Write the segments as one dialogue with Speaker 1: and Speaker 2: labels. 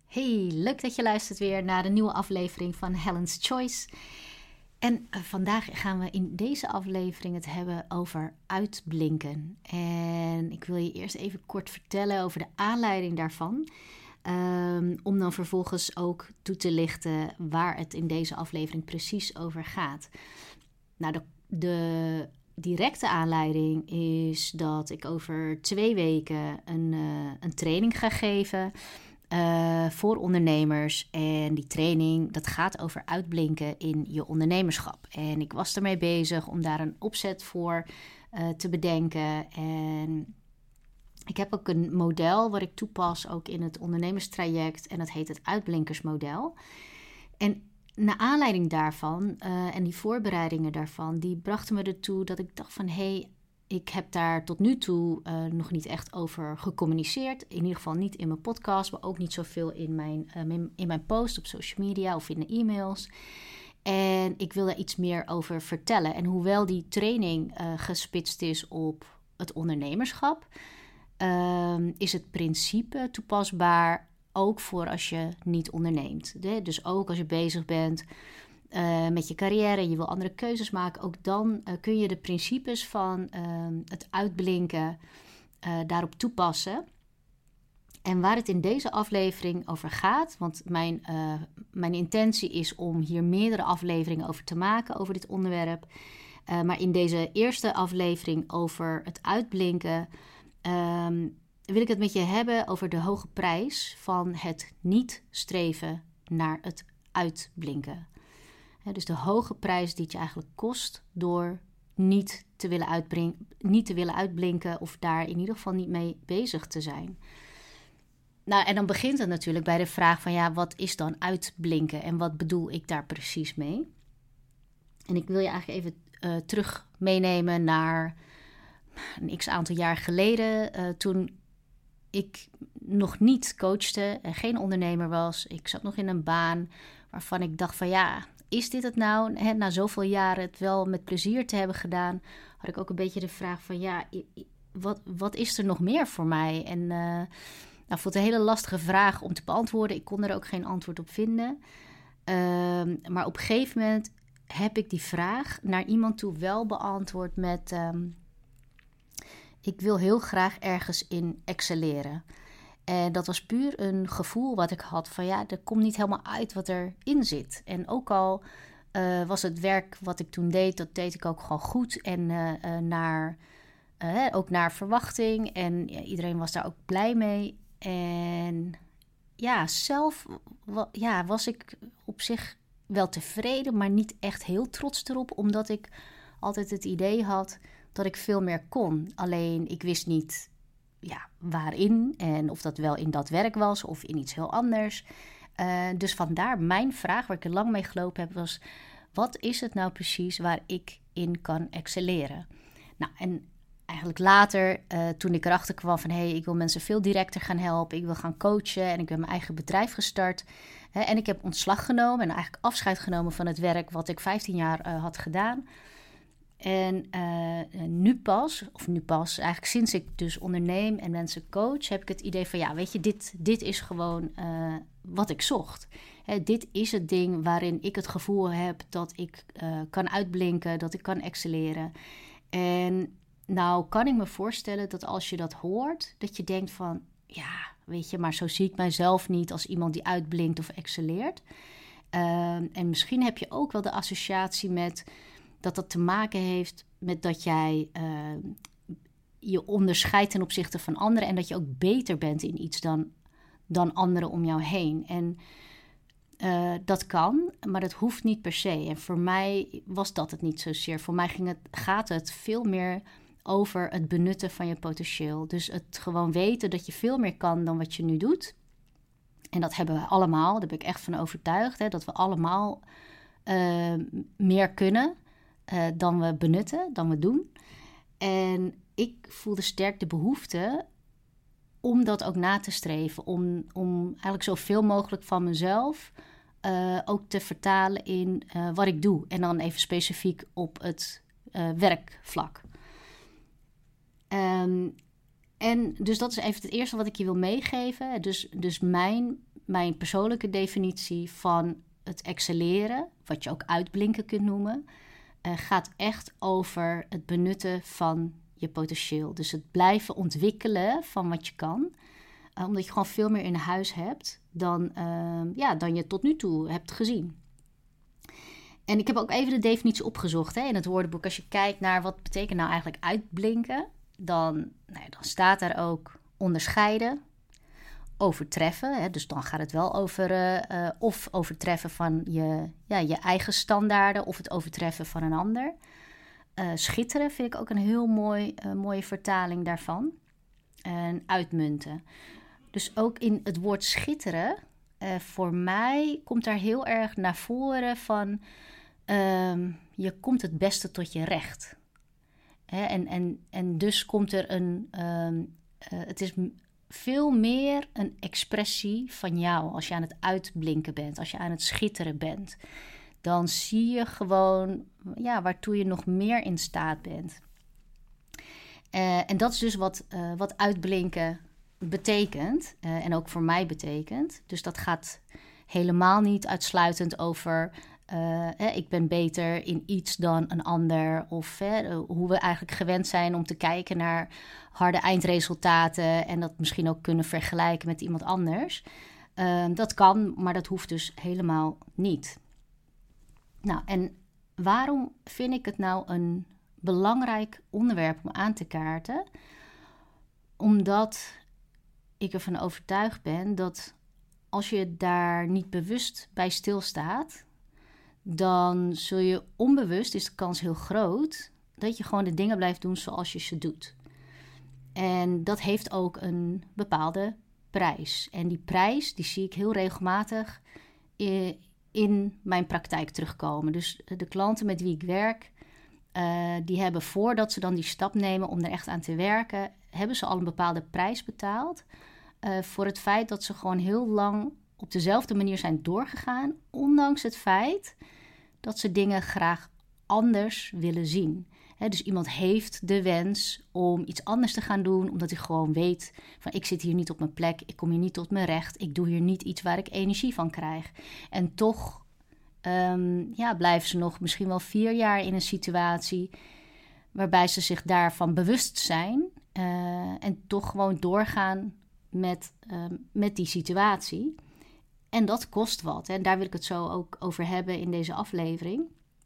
Speaker 1: Hey, leuk dat je luistert weer naar een nieuwe aflevering van Helen's Choice. En vandaag gaan we in deze aflevering het hebben over uitblinken. En ik wil je eerst even kort vertellen over de aanleiding daarvan. Om dan vervolgens ook toe te lichten waar het in deze aflevering precies over gaat. Nou, de directe aanleiding is dat ik over 2 weken een training ga geven voor ondernemers. En die training, dat gaat over uitblinken in je ondernemerschap. En ik was ermee bezig om daar een opzet voor te bedenken. En ik heb ook een model wat ik toepas ook in het ondernemerstraject. En dat heet het uitblinkersmodel. En naar aanleiding daarvan en die voorbereidingen daarvan, die brachten me ertoe dat ik dacht van ik heb daar tot nu toe nog niet echt over gecommuniceerd. In ieder geval niet in mijn podcast, maar ook niet zoveel in mijn post op social media of in de e-mails. En ik wil daar iets meer over vertellen. En hoewel die training gespitst is op het ondernemerschap, is het principe toepasbaar ook voor als je niet onderneemt. Dus ook als je bezig bent met je carrière en je wil andere keuzes maken, ook dan kun je de principes van het uitblinken daarop toepassen. En waar het in deze aflevering over gaat, want mijn intentie is om hier meerdere afleveringen over te maken over dit onderwerp. Maar in deze eerste aflevering over het uitblinken wil ik het met je hebben over de hoge prijs van het niet streven naar het uitblinken. Dus de hoge prijs die het je eigenlijk kost door niet te willen uitblinken of daar in ieder geval niet mee bezig te zijn. Nou, en dan begint het natuurlijk bij de vraag van wat is dan uitblinken en wat bedoel ik daar precies mee? En ik wil je eigenlijk even terug meenemen naar een x-aantal jaar geleden, toen ik nog niet coachte en geen ondernemer was. Ik zat nog in een baan waarvan ik dacht van is dit het nou? Na zoveel jaren het wel met plezier te hebben gedaan, had ik ook een beetje de vraag van wat is er nog meer voor mij? En ik vond het een hele lastige vraag om te beantwoorden. Ik kon er ook geen antwoord op vinden. Maar op een gegeven moment heb ik die vraag naar iemand toe wel beantwoord met ik wil heel graag ergens in excelleren. En dat was puur een gevoel wat ik had van er komt niet helemaal uit wat erin zit. En ook al was het werk wat ik toen deed, dat deed ik ook gewoon goed. En ook naar verwachting. En iedereen was daar ook blij mee. En zelf was ik op zich wel tevreden, maar niet echt heel trots erop. Omdat ik altijd het idee had dat ik veel meer kon. Alleen ik wist niet waarin en of dat wel in dat werk was of in iets heel anders. Dus vandaar mijn vraag, waar ik er lang mee gelopen heb, was: wat is het nou precies waar ik in kan excelleren? Nou, en eigenlijk later, toen ik erachter kwam van ik wil mensen veel directer gaan helpen, ik wil gaan coachen en ik ben mijn eigen bedrijf gestart. En ik heb ontslag genomen en eigenlijk afscheid genomen van het werk wat ik 15 jaar had gedaan. En nu pas, eigenlijk sinds ik dus onderneem en mensen coach, heb ik het idee van dit is gewoon wat ik zocht. Dit is het ding waarin ik het gevoel heb dat ik kan uitblinken, dat ik kan excelleren. En nou kan ik me voorstellen dat als je dat hoort, dat je denkt van maar zo zie ik mijzelf niet als iemand die uitblinkt of excelleert. En misschien heb je ook wel de associatie met dat te maken heeft met dat jij je onderscheidt ten opzichte van anderen en dat je ook beter bent in iets dan anderen om jou heen. En dat kan, maar dat hoeft niet per se. En voor mij was dat het niet zozeer. Voor mij gaat het veel meer over het benutten van je potentieel. Dus het gewoon weten dat je veel meer kan dan wat je nu doet. En dat hebben we allemaal, daar ben ik echt van overtuigd, dat we allemaal meer kunnen dan we benutten, dan we doen. En ik voelde sterk de behoefte om dat ook na te streven. Om eigenlijk zoveel mogelijk van mezelf ook te vertalen in wat ik doe. En dan even specifiek op het werkvlak. En dus dat is even het eerste wat ik je wil meegeven. Dus mijn mijn persoonlijke definitie van het excelleren, wat je ook uitblinken kunt noemen, gaat echt over het benutten van je potentieel. Dus het blijven ontwikkelen van wat je kan. Omdat je gewoon veel meer in huis hebt dan je tot nu toe hebt gezien. En ik heb ook even de definitie opgezocht in het woordenboek. Als je kijkt naar wat betekent nou eigenlijk uitblinken, dan staat daar ook onderscheiden, overtreffen. Dus dan gaat het wel over of overtreffen van je eigen standaarden of het overtreffen van een ander. Schitteren vind ik ook een heel mooie vertaling daarvan. En uitmunten. Dus ook in het woord schitteren, voor mij komt daar heel erg naar voren van je komt het beste tot je recht. En dus komt er het is veel meer een expressie van jou als je aan het uitblinken bent, als je aan het schitteren bent. Dan zie je gewoon waartoe je nog meer in staat bent. En dat is dus wat uitblinken betekent en ook voor mij betekent. Dus dat gaat helemaal niet uitsluitend over ik ben beter in iets dan een ander. Of hoe we eigenlijk gewend zijn om te kijken naar harde eindresultaten en dat misschien ook kunnen vergelijken met iemand anders. Dat kan, maar dat hoeft dus helemaal niet. Nou, en waarom vind ik het nou een belangrijk onderwerp om aan te kaarten? Omdat ik ervan overtuigd ben dat als je daar niet bewust bij stilstaat, dan zul je onbewust, is de kans heel groot, dat je gewoon de dingen blijft doen zoals je ze doet. En dat heeft ook een bepaalde prijs. En die prijs, die zie ik heel regelmatig in mijn praktijk terugkomen. Dus de klanten met wie ik werk, die hebben voordat ze dan die stap nemen om er echt aan te werken, hebben ze al een bepaalde prijs betaald voor het feit dat ze gewoon heel lang op dezelfde manier zijn doorgegaan, ondanks het feit dat ze dingen graag anders willen zien. Dus iemand heeft de wens om iets anders te gaan doen, omdat hij gewoon weet van ik zit hier niet op mijn plek, ik kom hier niet tot mijn recht, ik doe hier niet iets waar ik energie van krijg. En toch blijven ze nog misschien wel 4 jaar in een situatie waarbij ze zich daarvan bewust zijn en toch gewoon doorgaan met die situatie. En dat kost wat. En daar wil ik het zo ook over hebben in deze aflevering.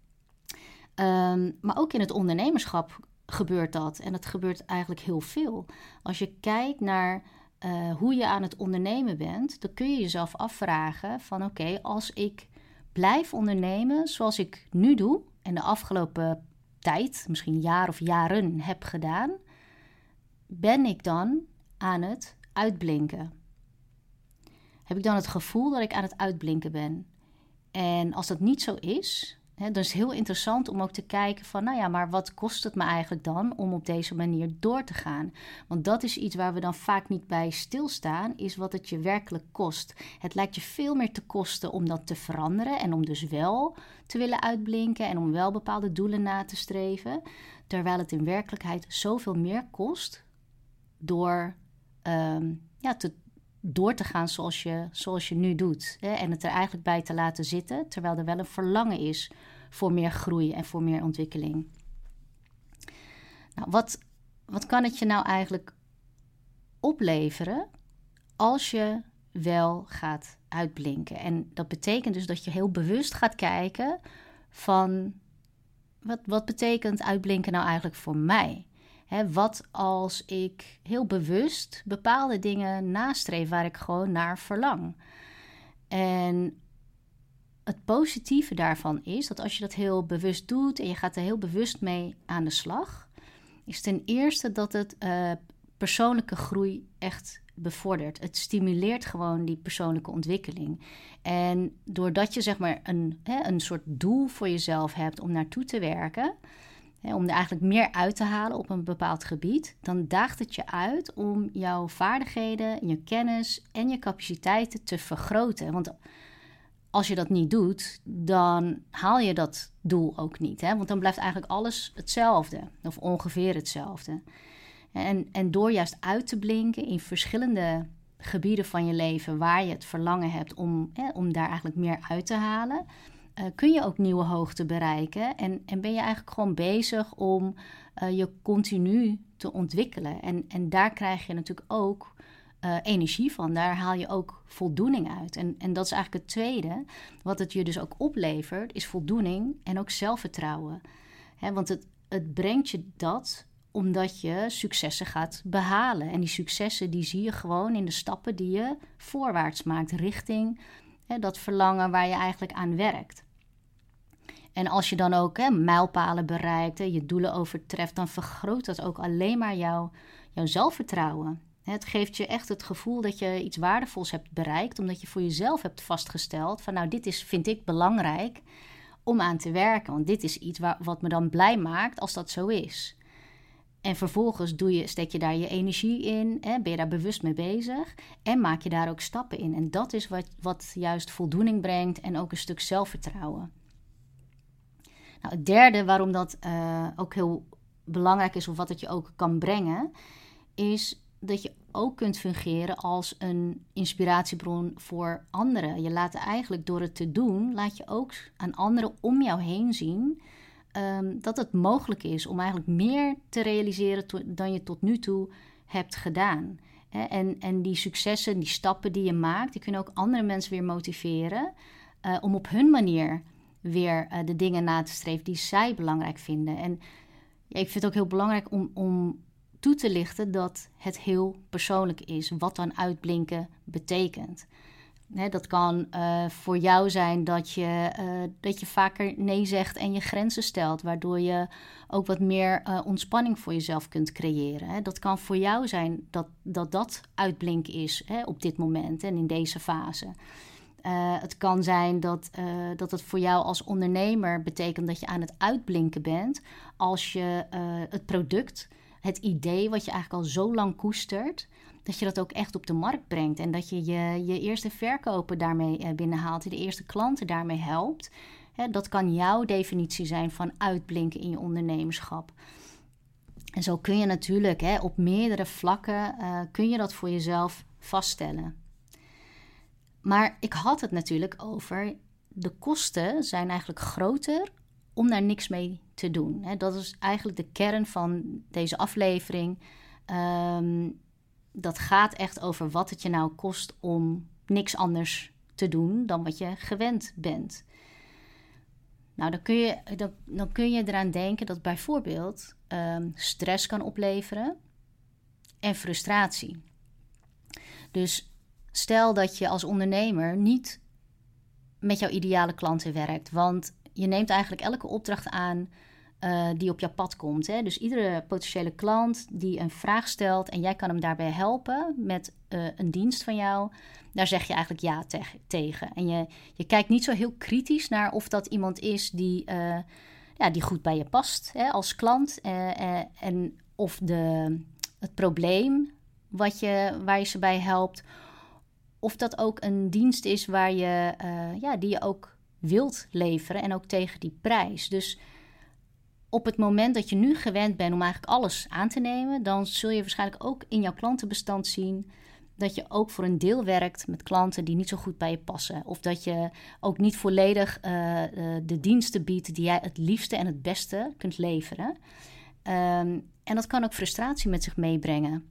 Speaker 1: Maar ook in het ondernemerschap gebeurt dat. En dat gebeurt eigenlijk heel veel. Als je kijkt naar hoe je aan het ondernemen bent, dan kun je jezelf afvragen van oké, als ik blijf ondernemen zoals ik nu doe en de afgelopen tijd, misschien jaar of jaren heb gedaan, ben ik dan aan het uitblinken? Heb ik dan het gevoel dat ik aan het uitblinken ben? En als dat niet zo is, dan is het heel interessant om ook te kijken van, maar wat kost het me eigenlijk dan om op deze manier door te gaan? Want dat is iets waar we dan vaak niet bij stilstaan, is wat het je werkelijk kost. Het lijkt je veel meer te kosten om dat te veranderen en om dus wel te willen uitblinken en om wel bepaalde doelen na te streven, terwijl het in werkelijkheid zoveel meer kost door door te gaan zoals je nu doet. En het er eigenlijk bij te laten zitten, terwijl er wel een verlangen is voor meer groei en voor meer ontwikkeling. Nou, wat kan het je nou eigenlijk opleveren als je wel gaat uitblinken? En dat betekent dus dat je heel bewust gaat kijken van wat betekent uitblinken nou eigenlijk voor mij? Wat als ik heel bewust bepaalde dingen nastreef waar ik gewoon naar verlang? En het positieve daarvan is dat als je dat heel bewust doet en je gaat er heel bewust mee aan de slag, is ten eerste dat het persoonlijke groei echt bevordert. Het stimuleert gewoon die persoonlijke ontwikkeling. En doordat je zeg maar een soort doel voor jezelf hebt om naartoe te werken, om er eigenlijk meer uit te halen op een bepaald gebied, dan daagt het je uit om jouw vaardigheden, je kennis en je capaciteiten te vergroten. Want als je dat niet doet, dan haal je dat doel ook niet. Want dan blijft eigenlijk alles hetzelfde, of ongeveer hetzelfde. En door juist uit te blinken in verschillende gebieden van je leven waar je het verlangen hebt om daar eigenlijk meer uit te halen, kun je ook nieuwe hoogten bereiken. En ben je eigenlijk gewoon bezig om je continu te ontwikkelen. En daar krijg je natuurlijk ook energie van. Daar haal je ook voldoening uit. En dat is eigenlijk het tweede. Wat het je dus ook oplevert, is voldoening en ook zelfvertrouwen. Want het brengt je dat omdat je successen gaat behalen. En die successen die zie je gewoon in de stappen die je voorwaarts maakt richting dat verlangen waar je eigenlijk aan werkt. En als je dan ook mijlpalen bereikt, je doelen overtreft, dan vergroot dat ook alleen maar jouw zelfvertrouwen. Het geeft je echt het gevoel dat je iets waardevols hebt bereikt, omdat je voor jezelf hebt vastgesteld van nou, vind ik belangrijk om aan te werken. Want dit is iets wat me dan blij maakt als dat zo is. En vervolgens steek je daar je energie in, ben je daar bewust mee bezig en maak je daar ook stappen in. En dat is wat juist voldoening brengt en ook een stuk zelfvertrouwen. Nou, het derde waarom dat ook heel belangrijk is, of wat het je ook kan brengen, is dat je ook kunt fungeren als een inspiratiebron voor anderen. Je laat eigenlijk door het te doen, laat je ook aan anderen om jou heen zien dat het mogelijk is om eigenlijk meer te realiseren dan je tot nu toe hebt gedaan. En die successen, die stappen die je maakt, die kunnen ook andere mensen weer motiveren om op hun manier weer de dingen na te streven die zij belangrijk vinden. En ik vind het ook heel belangrijk om toe te lichten dat het heel persoonlijk is wat dan uitblinken betekent. Dat kan voor jou zijn dat je vaker nee zegt en je grenzen stelt, waardoor je ook wat meer ontspanning voor jezelf kunt creëren. Dat kan voor jou zijn dat uitblinken is op dit moment en in deze fase. Het kan zijn dat het voor jou als ondernemer betekent dat je aan het uitblinken bent als je het product, het idee wat je eigenlijk al zo lang koestert, dat je dat ook echt op de markt brengt. En dat je je eerste verkoper daarmee binnenhaalt, de eerste klanten daarmee helpt. Dat kan jouw definitie zijn van uitblinken in je ondernemerschap. En zo kun je natuurlijk op meerdere vlakken kun je dat voor jezelf vaststellen. Maar ik had het natuurlijk over de kosten zijn eigenlijk groter om daar niks mee te doen. Dat is eigenlijk de kern van deze aflevering. Dat gaat echt over wat het je nou kost om niks anders te doen dan wat je gewend bent. Nou, dan kun je eraan denken dat bijvoorbeeld stress kan opleveren en frustratie. Dus stel dat je als ondernemer niet met jouw ideale klanten werkt, want je neemt eigenlijk elke opdracht aan die op jouw pad komt. Dus iedere potentiële klant die een vraag stelt en jij kan hem daarbij helpen met een dienst van jou, daar zeg je eigenlijk ja tegen. En je kijkt niet zo heel kritisch naar of dat iemand is die goed bij je past als klant. En of het probleem waar je ze bij helpt, of dat ook een dienst is die je ook wilt leveren en ook tegen die prijs. Dus op het moment dat je nu gewend bent om eigenlijk alles aan te nemen, dan zul je waarschijnlijk ook in jouw klantenbestand zien dat je ook voor een deel werkt met klanten die niet zo goed bij je passen. Of dat je ook niet volledig de diensten biedt die jij het liefste en het beste kunt leveren. En dat kan ook frustratie met zich meebrengen.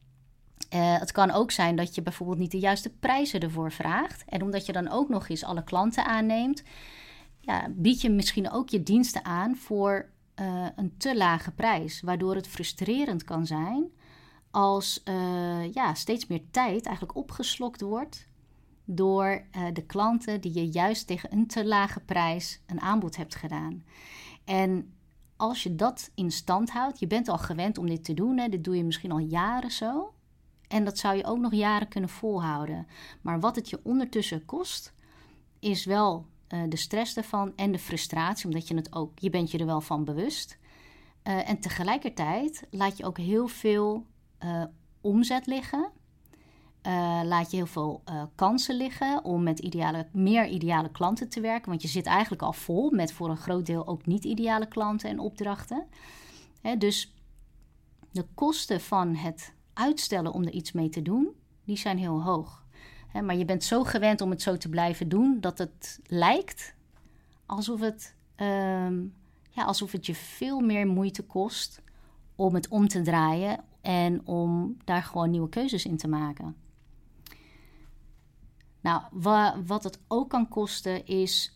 Speaker 1: Het kan ook zijn dat je bijvoorbeeld niet de juiste prijzen ervoor vraagt. En omdat je dan ook nog eens alle klanten aanneemt, bied je misschien ook je diensten aan voor een te lage prijs. Waardoor het frustrerend kan zijn als steeds meer tijd eigenlijk opgeslokt wordt door de klanten die je juist tegen een te lage prijs een aanbod hebt gedaan. En als je dat in stand houdt, je bent al gewend om dit te doen, dit doe je misschien al jaren zo. En dat zou je ook nog jaren kunnen volhouden. Maar wat het je ondertussen kost, is wel de stress ervan en de frustratie, omdat je bent je er wel van bewust. En tegelijkertijd laat je ook heel veel omzet liggen. Laat je heel veel kansen liggen om met meer ideale klanten te werken. Want je zit eigenlijk al vol met voor een groot deel ook niet ideale klanten en opdrachten. Dus de kosten van het uitstellen om er iets mee te doen, die zijn heel hoog. Maar je bent zo gewend om het zo te blijven doen dat het lijkt alsof het je veel meer moeite kost om het om te draaien en om daar gewoon nieuwe keuzes in te maken. Nou, wat het ook kan kosten is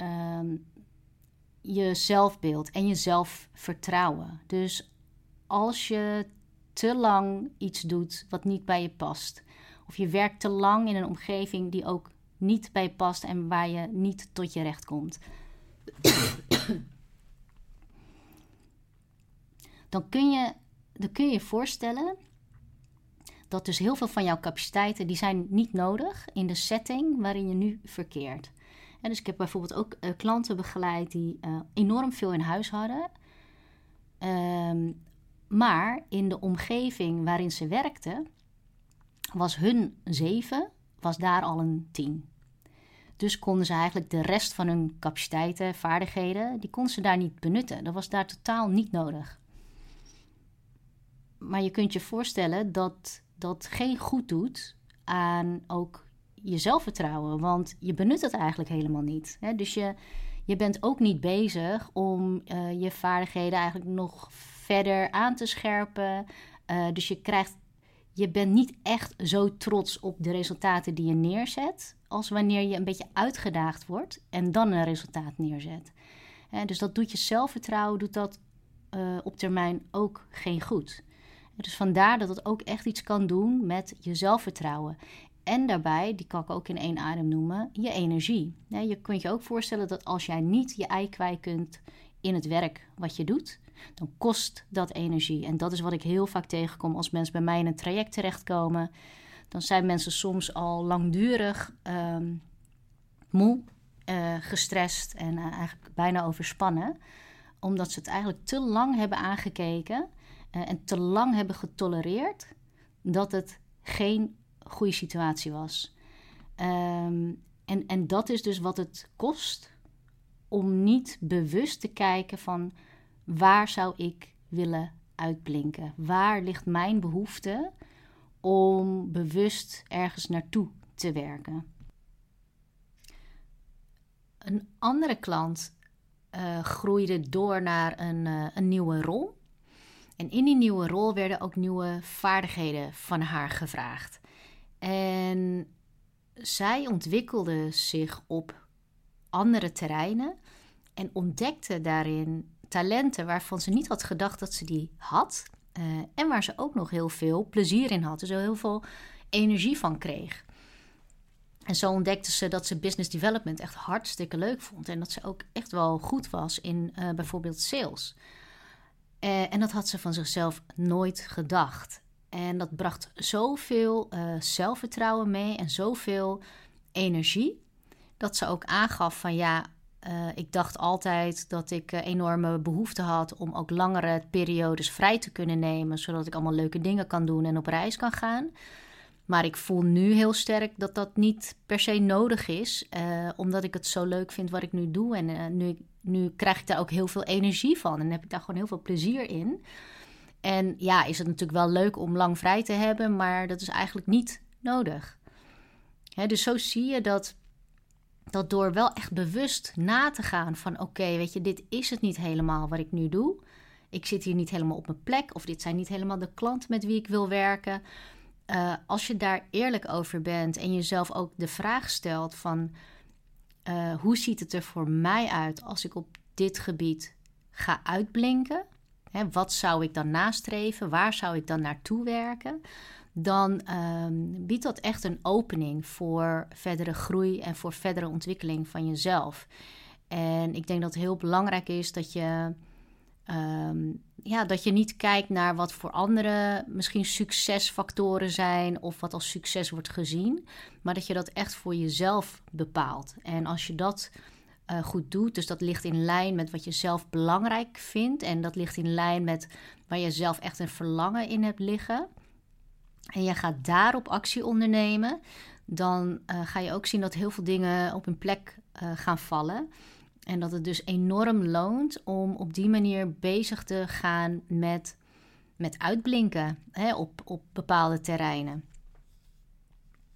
Speaker 1: je zelfbeeld en je zelfvertrouwen. Dus als je te lang iets doet wat niet bij je past, of je werkt te lang in een omgeving die ook niet bij je past en waar je niet tot je recht komt, dan kun je je voorstellen dat dus heel veel van jouw capaciteiten, die zijn niet nodig in de setting waarin je nu verkeert. En dus ik heb bijvoorbeeld ook klanten begeleid die enorm veel in huis hadden. Maar in de omgeving waarin ze werkten, was hun 7, was daar al een 10. Dus konden ze eigenlijk de rest van hun capaciteiten, vaardigheden, die konden ze daar niet benutten. Dat was daar totaal niet nodig. Maar je kunt je voorstellen dat dat geen goed doet aan ook je zelfvertrouwen. Want je benut het eigenlijk helemaal niet. Hè? Dus je bent ook niet bezig om je vaardigheden eigenlijk nog verder aan te scherpen. Dus je bent niet echt zo trots op de resultaten die je neerzet, als wanneer je een beetje uitgedaagd wordt en dan een resultaat neerzet. Dus dat doet je zelfvertrouwen, doet dat op termijn ook geen goed. Dus vandaar dat het ook echt iets kan doen met je zelfvertrouwen. En daarbij, die kan ik ook in één adem noemen, je energie. Je kunt je ook voorstellen dat als jij niet je ei kwijt kunt in het werk wat je doet, dan kost dat energie. En dat is wat ik heel vaak tegenkom als mensen bij mij in een traject terechtkomen. Dan zijn mensen soms al langdurig moe, gestrest en eigenlijk bijna overspannen. Omdat ze het eigenlijk te lang hebben aangekeken en te lang hebben getolereerd dat het geen goede situatie was. En dat is dus wat het kost om niet bewust te kijken van waar zou ik willen uitblinken? Waar ligt mijn behoefte om bewust ergens naartoe te werken? Een andere klant groeide door naar een nieuwe rol. En in die nieuwe rol werden ook nieuwe vaardigheden van haar gevraagd. En zij ontwikkelde zich op andere terreinen en ontdekte daarin talenten waarvan ze niet had gedacht dat ze die had. En waar ze ook nog heel veel plezier in had. Dus heel veel energie van kreeg. En zo ontdekte ze dat ze business development echt hartstikke leuk vond. En dat ze ook echt wel goed was in bijvoorbeeld sales. En dat had ze van zichzelf nooit gedacht. En dat bracht zoveel zelfvertrouwen mee en zoveel energie, dat ze ook aangaf van ik dacht altijd dat ik enorme behoefte had om ook langere periodes vrij te kunnen nemen, zodat ik allemaal leuke dingen kan doen en op reis kan gaan. Maar ik voel nu heel sterk dat dat niet per se nodig is, omdat ik het zo leuk vind wat ik nu doe. En nu krijg ik daar ook heel veel energie van en heb ik daar gewoon heel veel plezier in. En is het natuurlijk wel leuk om lang vrij te hebben, maar dat is eigenlijk niet nodig. Dus zo zie je dat door wel echt bewust na te gaan van oké, weet je, dit is het niet helemaal wat ik nu doe. Ik zit hier niet helemaal op mijn plek of dit zijn niet helemaal de klanten met wie ik wil werken. Als je daar eerlijk over bent en jezelf ook de vraag stelt van hoe ziet het er voor mij uit als ik op dit gebied ga uitblinken? Wat zou ik dan nastreven? Waar zou ik dan naartoe werken? Dan biedt dat echt een opening voor verdere groei en voor verdere ontwikkeling van jezelf. En ik denk dat het heel belangrijk is dat je niet kijkt naar wat voor anderen misschien succesfactoren zijn of wat als succes wordt gezien, maar dat je dat echt voor jezelf bepaalt. En als je dat goed doet, dus dat ligt in lijn met wat je zelf belangrijk vindt en dat ligt in lijn met waar je zelf echt een verlangen in hebt liggen, en je gaat daarop actie ondernemen, dan ga je ook zien dat heel veel dingen op hun plek gaan vallen. En dat het dus enorm loont om op die manier bezig te gaan met uitblinken op bepaalde terreinen.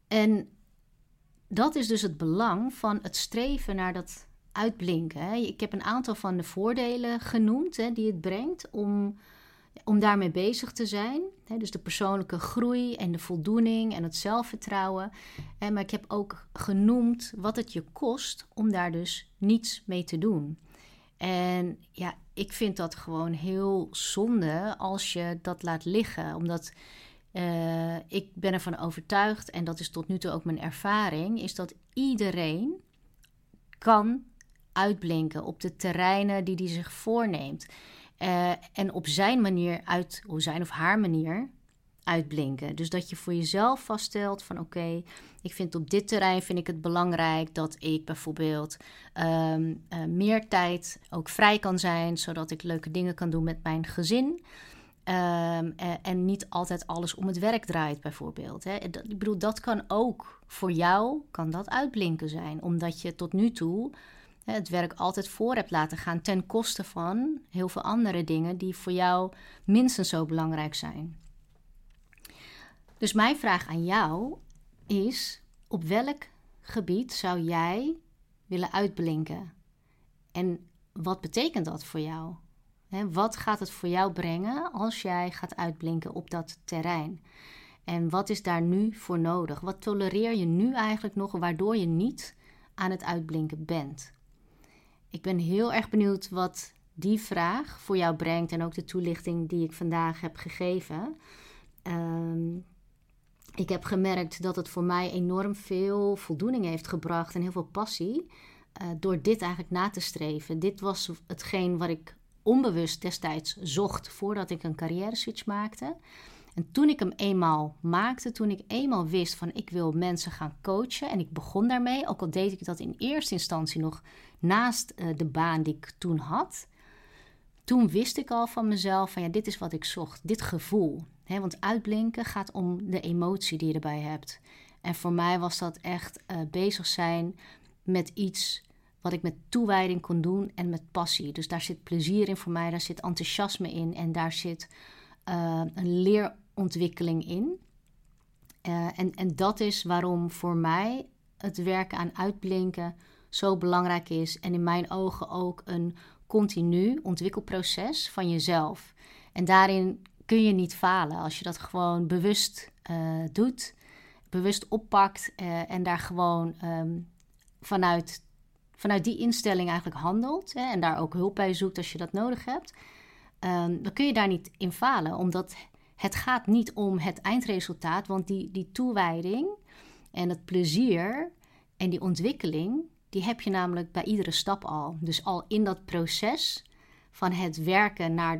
Speaker 1: En dat is dus het belang van het streven naar dat uitblinken. Hè. Ik heb een aantal van de voordelen genoemd, hè, die het brengt om daarmee bezig te zijn. Hè. Dus de persoonlijke groei en de voldoening en het zelfvertrouwen. Maar ik heb ook genoemd wat het je kost om daar dus niets mee te doen. En ja, ik vind dat gewoon heel zonde als je dat laat liggen. Omdat ik ben ervan overtuigd, en dat is tot nu toe ook mijn ervaring, is dat iedereen kan uitblinken op de terreinen die hij zich voorneemt. En op zijn manier, op zijn of haar manier, uitblinken. Dus dat je voor jezelf vaststelt van oké, ik vind op dit terrein vind ik het belangrijk dat ik bijvoorbeeld meer tijd ook vrij kan zijn, zodat ik leuke dingen kan doen met mijn gezin. En niet altijd alles om het werk draait bijvoorbeeld. Hè. Ik bedoel, dat kan ook voor jou, kan dat uitblinken zijn. Omdat je tot nu toe het werk altijd voor hebt laten gaan ten koste van heel veel andere dingen die voor jou minstens zo belangrijk zijn. Dus mijn vraag aan jou is, op welk gebied zou jij willen uitblinken? En wat betekent dat voor jou? Wat gaat het voor jou brengen als jij gaat uitblinken op dat terrein? En wat is daar nu voor nodig? Wat tolereer je nu eigenlijk nog waardoor je niet aan het uitblinken bent? Ik ben heel erg benieuwd wat die vraag voor jou brengt en ook de toelichting die ik vandaag heb gegeven. Ik heb gemerkt dat het voor mij enorm veel voldoening heeft gebracht en heel veel passie door dit eigenlijk na te streven. Dit was hetgeen wat ik onbewust destijds zocht voordat ik een carrière switch maakte. En toen ik hem eenmaal maakte, toen ik eenmaal wist van ik wil mensen gaan coachen en ik begon daarmee, ook al deed ik dat in eerste instantie nog naast de baan die ik toen had, toen wist ik al van mezelf van ja, dit is wat ik zocht, dit gevoel. Want uitblinken gaat om de emotie die je erbij hebt. En voor mij was dat echt bezig zijn met iets wat ik met toewijding kon doen en met passie. Dus daar zit plezier in voor mij, daar zit enthousiasme in en daar zit een leerontwikkeling in. En dat is waarom voor mij het werken aan uitblinken zo belangrijk is. En in mijn ogen ook een continu ontwikkelproces van jezelf. En daarin kun je niet falen als je dat gewoon bewust doet, bewust oppakt en daar gewoon vanuit die instelling eigenlijk handelt en daar ook hulp bij zoekt als je dat nodig hebt, dan kun je daar niet in falen. Omdat het gaat niet om het eindresultaat, want die toewijding en het plezier en die ontwikkeling, die heb je namelijk bij iedere stap al. Dus al in dat proces van het werken naar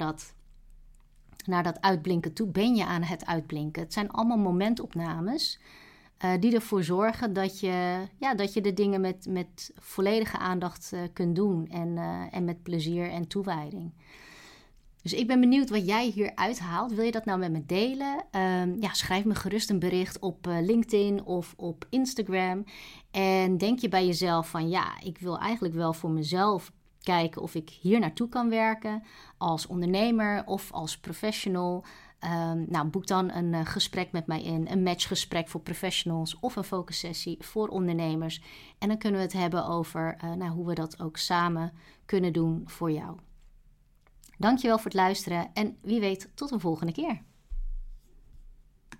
Speaker 1: dat uitblinken toe, ben je aan het uitblinken. Het zijn allemaal momentopnames die ervoor zorgen dat je de dingen met volledige aandacht kunt doen en met plezier en toewijding. Dus ik ben benieuwd wat jij hier uithaalt. Wil je dat nou met me delen? Schrijf me gerust een bericht op LinkedIn of op Instagram. En denk je bij jezelf van ja, ik wil eigenlijk wel voor mezelf kijken of ik hier naartoe kan werken als ondernemer of als professional. Boek dan een gesprek met mij in, een matchgesprek voor professionals of een focussessie voor ondernemers. En dan kunnen we het hebben over hoe we dat ook samen kunnen doen voor jou. Dankjewel voor het luisteren en wie weet tot een volgende keer.